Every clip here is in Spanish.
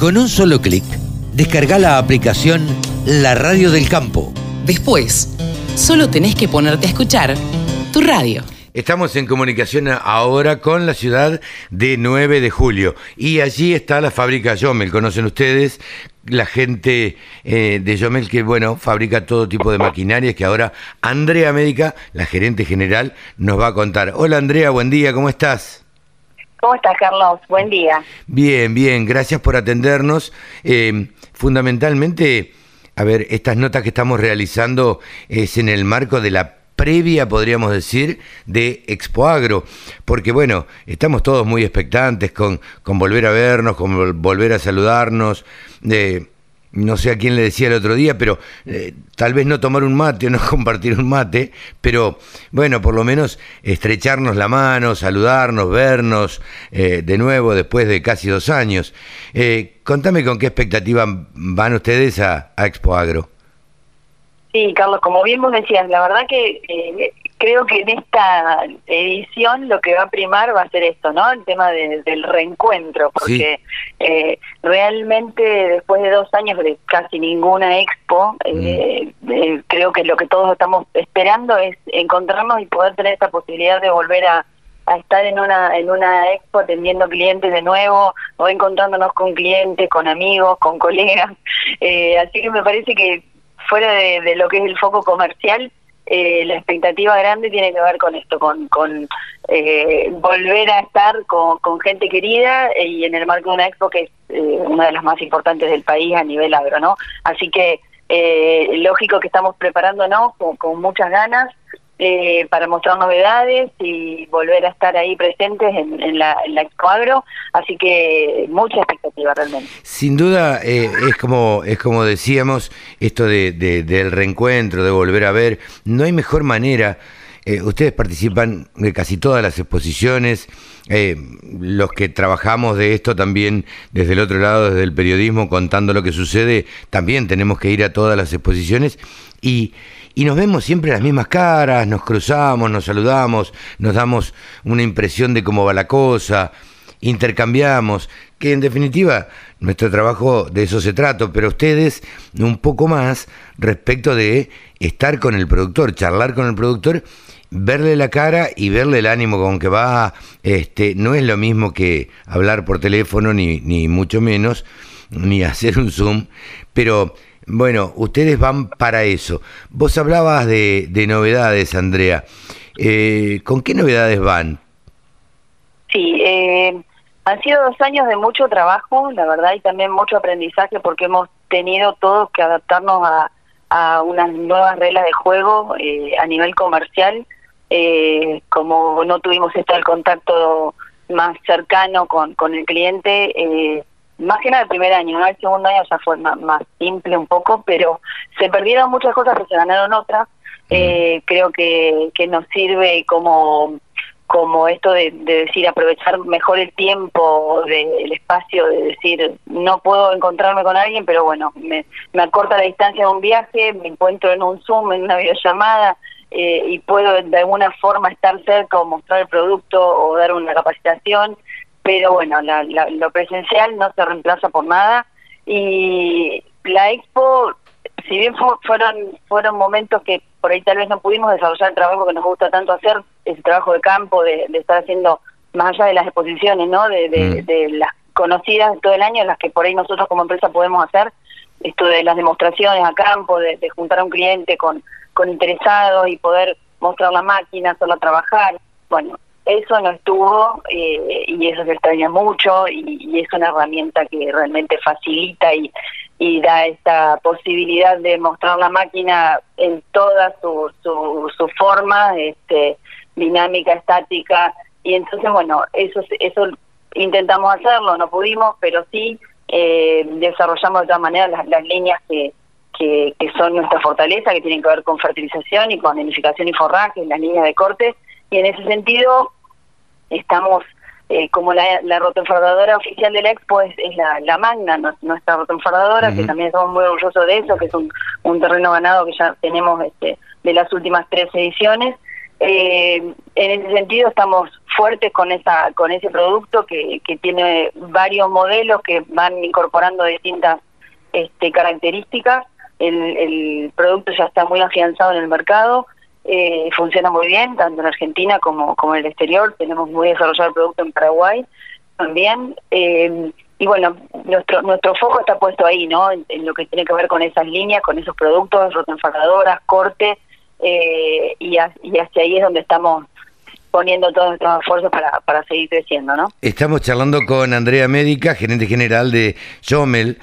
Con un solo clic, descarga la aplicación La Radio del Campo. Después, solo tenés que ponerte a escuchar tu radio. Estamos en comunicación ahora con la ciudad de 9 de julio y allí está la fábrica Jomel. Conocen ustedes la gente de Jomel que, bueno, fabrica todo tipo de maquinarias que ahora Andrea Médica, la gerente general, nos va a contar. Hola Andrea, buen día, ¿cómo estás? ¿Cómo estás, Carlos? Buen día. Bien, bien, gracias por atendernos. Fundamentalmente, a ver, estas notas que estamos realizando es en el marco de la previa, podríamos decir, de Expoagro, porque bueno, estamos todos muy expectantes con volver a vernos, con volver a saludarnos. No sé a quién le decía el otro día, pero tal vez no tomar un mate o no compartir un mate, pero bueno, por lo menos estrecharnos la mano, saludarnos, vernos de nuevo después de casi 2 años. Contame con qué expectativa van ustedes a Expoagro. Sí, Carlos, como bien vos decías, la verdad que creo que en esta edición lo que va a primar va a ser esto, ¿no? El tema del reencuentro, porque sí. Realmente después de 2 años de casi ninguna expo, creo que lo que todos estamos esperando es encontrarnos y poder tener esta posibilidad de volver a estar en una expo atendiendo clientes de nuevo o encontrándonos con clientes, con amigos, con colegas. Así que me parece que fuera de lo que es el foco comercial, la expectativa grande tiene que ver con esto, con volver a estar con gente querida y en el marco de una expo que es una de las más importantes del país a nivel agro, ¿no? Así que lógico que estamos preparándonos con muchas ganas para mostrar novedades y volver a estar ahí presentes en la Expoagro, así que mucha expectativa realmente. Sin duda es como decíamos, esto del reencuentro, de volver a ver, no hay mejor manera. Ustedes participan de casi todas las exposiciones, los que trabajamos de esto también desde el otro lado, desde el periodismo, contando lo que sucede, también tenemos que ir a todas las exposiciones y nos vemos siempre las mismas caras, nos cruzamos, nos saludamos, nos damos una impresión de cómo va la cosa, intercambiamos, que en definitiva nuestro trabajo de eso se trata, pero ustedes un poco más respecto de estar con el productor, charlar con el productor, verle la cara y verle el ánimo con que va. No es lo mismo que hablar por teléfono, ni mucho menos, ni hacer un Zoom, pero bueno, ustedes van para eso. Vos hablabas de novedades, Andrea. ¿Con qué novedades van? Sí, han sido 2 años de mucho trabajo, la verdad, y también mucho aprendizaje porque hemos tenido todos que adaptarnos a unas nuevas reglas de juego a nivel comercial. Como no tuvimos el contacto más cercano con el cliente, más que nada el primer año, ¿no? El segundo año ya fue más simple un poco, pero se perdieron muchas cosas, pero se ganaron otras. Creo que nos sirve como esto de decir, aprovechar mejor el tiempo, el espacio, de decir, no puedo encontrarme con alguien, pero bueno, me acorta la distancia de un viaje, me encuentro en un Zoom, en una videollamada, y puedo de alguna forma estar cerca o mostrar el producto o dar una capacitación. Pero bueno, lo presencial no se reemplaza por nada y la expo, si bien fueron momentos que por ahí tal vez no pudimos desarrollar el trabajo que nos gusta tanto hacer, ese trabajo de campo, de estar haciendo más allá de las exposiciones, ¿no? De las conocidas de todo el año, las que por ahí nosotros como empresa podemos hacer, esto de las demostraciones a campo, de juntar a un cliente con interesados y poder mostrar la máquina, hacerla trabajar, bueno. Eso no estuvo y eso se extraña mucho y es una herramienta que realmente facilita y da esta posibilidad de mostrar la máquina en toda su forma, dinámica, estática, y entonces bueno, eso intentamos hacerlo, no pudimos, pero sí desarrollamos de todas maneras las líneas que son nuestra fortaleza, que tienen que ver con fertilización y con nidificación y forraje, las líneas de corte. Y en ese sentido estamos como la rotoenfardadora oficial de la Expo es la Magna, nuestra rotoenfardadora, que también estamos muy orgullosos de eso, que es un terreno ganado que ya tenemos de las últimas 3 ediciones. En ese sentido estamos fuertes con ese producto que tiene varios modelos que van incorporando distintas características. El producto ya está muy afianzado en el mercado, funciona muy bien, tanto en Argentina como en el exterior. Tenemos muy desarrollado el producto en Paraguay también. Y bueno, nuestro foco está puesto ahí, ¿no? En lo que tiene que ver con esas líneas, con esos productos, rotaenfardadoras, corte, y hacia ahí es donde estamos poniendo todos nuestros esfuerzos para seguir creciendo, ¿no? Estamos charlando con Andrea Médica, gerente general de Jomel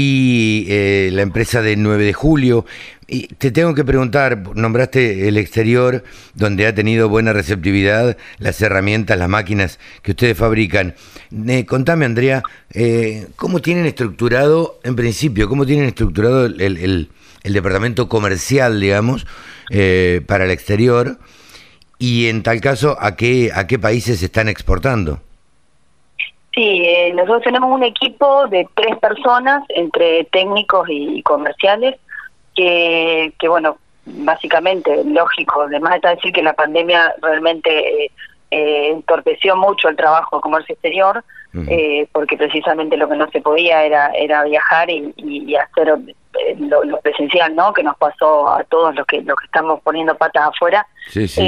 y la empresa de 9 de julio. Y te tengo que preguntar, nombraste el exterior, donde ha tenido buena receptividad las herramientas, las máquinas que ustedes fabrican. Contame, Andrea, ¿cómo tienen estructurado, en principio, el departamento comercial, digamos, para el exterior? Y en tal caso, ¿a qué países se están exportando? Sí, nosotros tenemos un equipo de 3 personas, entre técnicos y comerciales, que bueno, básicamente, lógico, además está decir que la pandemia realmente entorpeció mucho el trabajo de comercio exterior, porque precisamente lo que no se podía era viajar y hacer lo presencial, ¿no? Que nos pasó a todos los que estamos poniendo patas afuera. Sí, sí.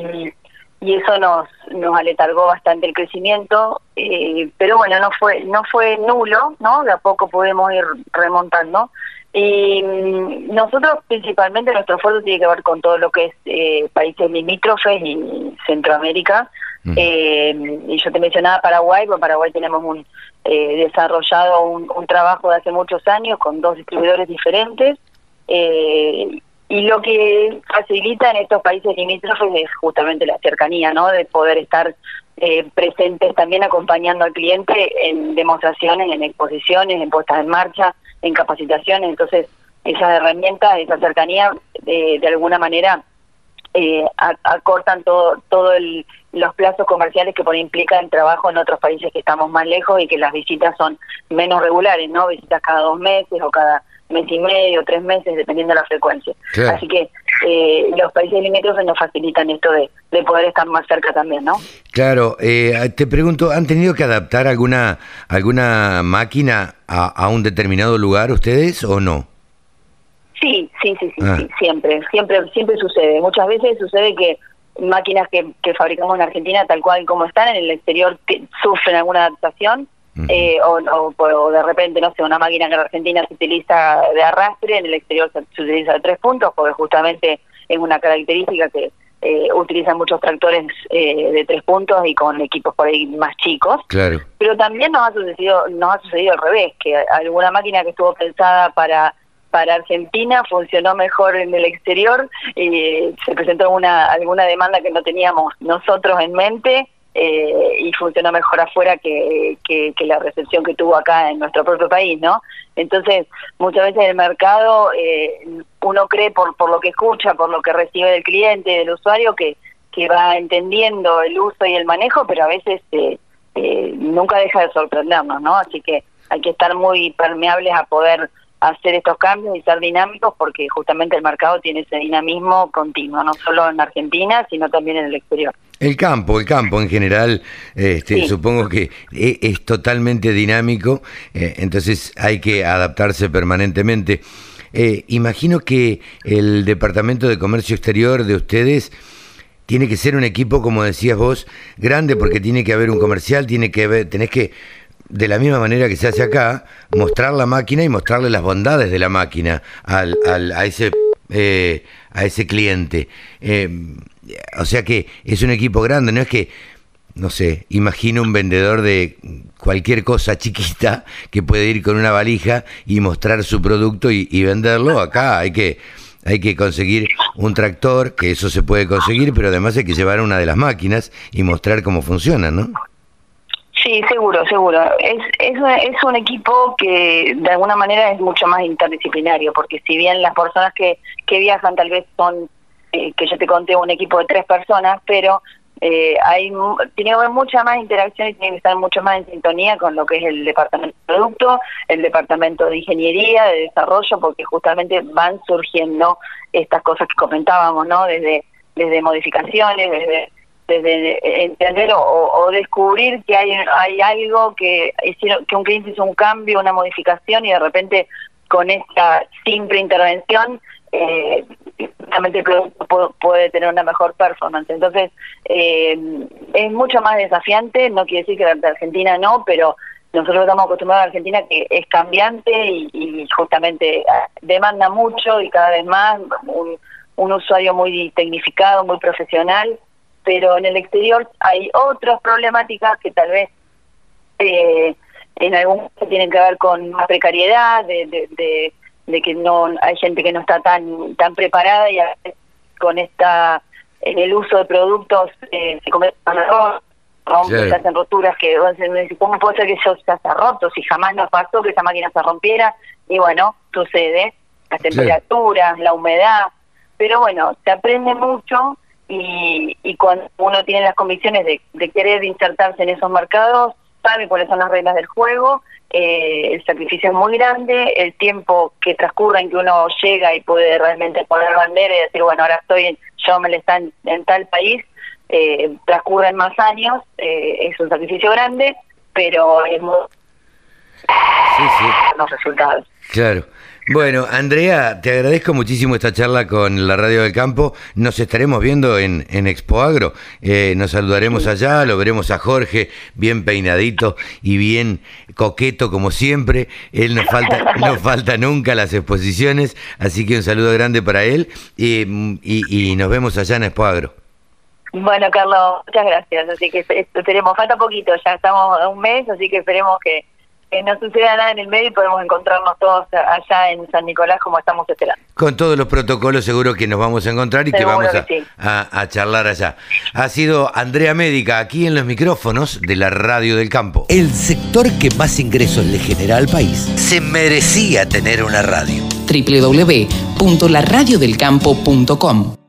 Y eso nos aletargó bastante el crecimiento, pero bueno, no fue nulo, ¿no? De a poco podemos ir remontando. Y nosotros principalmente nuestro esfuerzo tiene que ver con todo lo que es países limítrofes y Centroamérica. Y yo te mencionaba Paraguay, porque en Paraguay tenemos desarrollado un trabajo de hace muchos años con 2 distribuidores diferentes, y lo que facilita en estos países limítrofes es justamente la cercanía, ¿no? De poder estar presentes también acompañando al cliente en demostraciones, en exposiciones, en puestas en marcha, en capacitaciones. Entonces esas herramientas, esa cercanía de alguna manera acortan todos los plazos comerciales que por ahí implican trabajo en otros países que estamos más lejos y que las visitas son menos regulares, ¿no? Visitas cada 2 meses o cada mes y medio, 3 meses, dependiendo de la frecuencia. Claro. Así que los países limítrofes nos facilitan esto de poder estar más cerca también, ¿no? Claro. Te pregunto, ¿han tenido que adaptar alguna máquina a un determinado lugar ustedes o no? Sí, siempre sucede. Muchas veces sucede que máquinas que fabricamos en Argentina, tal cual como están, en el exterior sufren alguna adaptación, o de repente, no sé, una máquina que en Argentina se utiliza de arrastre, en el exterior se utiliza de 3 puntos, porque justamente es una característica que utilizan muchos tractores de 3 puntos y con equipos por ahí más chicos. Claro. Pero también nos ha sucedido al revés, que alguna máquina que estuvo pensada para Argentina funcionó mejor en el exterior, se presentó alguna demanda que no teníamos nosotros en mente, y funcionó mejor afuera que la recepción que tuvo acá en nuestro propio país, ¿no? Entonces, muchas veces el mercado, uno cree por lo que escucha, por lo que recibe del cliente, del usuario, que va entendiendo el uso y el manejo, pero a veces nunca deja de sorprendernos, ¿no? Así que hay que estar muy permeables a poder hacer estos cambios y ser dinámicos, porque justamente el mercado tiene ese dinamismo continuo, no solo en Argentina, sino también en el exterior. El campo en general, sí. Supongo que es totalmente dinámico, entonces hay que adaptarse permanentemente. Imagino que el Departamento de Comercio Exterior de ustedes tiene que ser un equipo, como decías vos, grande, porque tiene que haber un comercial, tenés que, de la misma manera que se hace acá, mostrar la máquina y mostrarle las bondades de la máquina a ese cliente. O sea que es un equipo grande, no es que, no sé, imagino un vendedor de cualquier cosa chiquita que puede ir con una valija y mostrar su producto y venderlo. Acá hay que conseguir un tractor, que eso se puede conseguir, pero además hay que llevar una de las máquinas y mostrar cómo funciona, ¿no? Sí, seguro. Es un equipo que de alguna manera es mucho más interdisciplinario, porque si bien las personas que viajan tal vez son, que yo te conté, un equipo de 3 personas, pero tiene que haber mucha más interacción y tiene que estar mucho más en sintonía con lo que es el departamento de producto, el departamento de ingeniería, de desarrollo, porque justamente van surgiendo estas cosas que comentábamos, ¿no? Desde modificaciones, desde desde entender o descubrir que hay algo que un cliente hizo un cambio, una modificación, y de repente con esta simple intervención realmente el producto puede tener una mejor performance. Entonces es mucho más desafiante. No quiere decir que la Argentina no, pero nosotros estamos acostumbrados a Argentina, que es cambiante y justamente demanda mucho y cada vez más un usuario muy tecnificado, muy profesional. Pero en el exterior hay otras problemáticas que tal vez en algún momento tienen que ver con más precariedad, de que no hay gente que no está tan preparada, y a veces con en el uso de productos se cometen errores, se hacen roturas que ¿cómo puede ser que eso se haya roto si jamás nos pasó que esa máquina se rompiera? Y bueno, sucede, las temperaturas, la humedad, pero bueno, se aprende mucho. Y cuando uno tiene las convicciones de querer insertarse en esos mercados, sabe cuáles son las reglas del juego. El sacrificio es muy grande, el tiempo que transcurre en que uno llega y puede realmente poner bandera y decir, bueno, ahora yo me le está en tal país, transcurren más años, es un sacrificio grande, pero es muy... los resultados. Claro. Bueno, Andrea, te agradezco muchísimo esta charla con la Radio del Campo. Nos estaremos viendo en Expo Agro. Nos saludaremos allá, lo veremos a Jorge bien peinadito y bien coqueto como siempre. Él no falta nunca las exposiciones, así que un saludo grande para él y nos vemos allá en Expo Agro. Bueno, Carlos, muchas gracias. Así que falta poquito, ya estamos a un mes, así que esperemos que no suceda nada en el medio y podemos encontrarnos todos allá en San Nicolás como estamos esperando. Con todos los protocolos seguro que nos vamos a encontrar y seguro que vamos a charlar allá. Ha sido Andrea Médica aquí en los micrófonos de la Radio del Campo. El sector que más ingresos le genera al país se merecía tener una radio. www.laradiodelcampo.com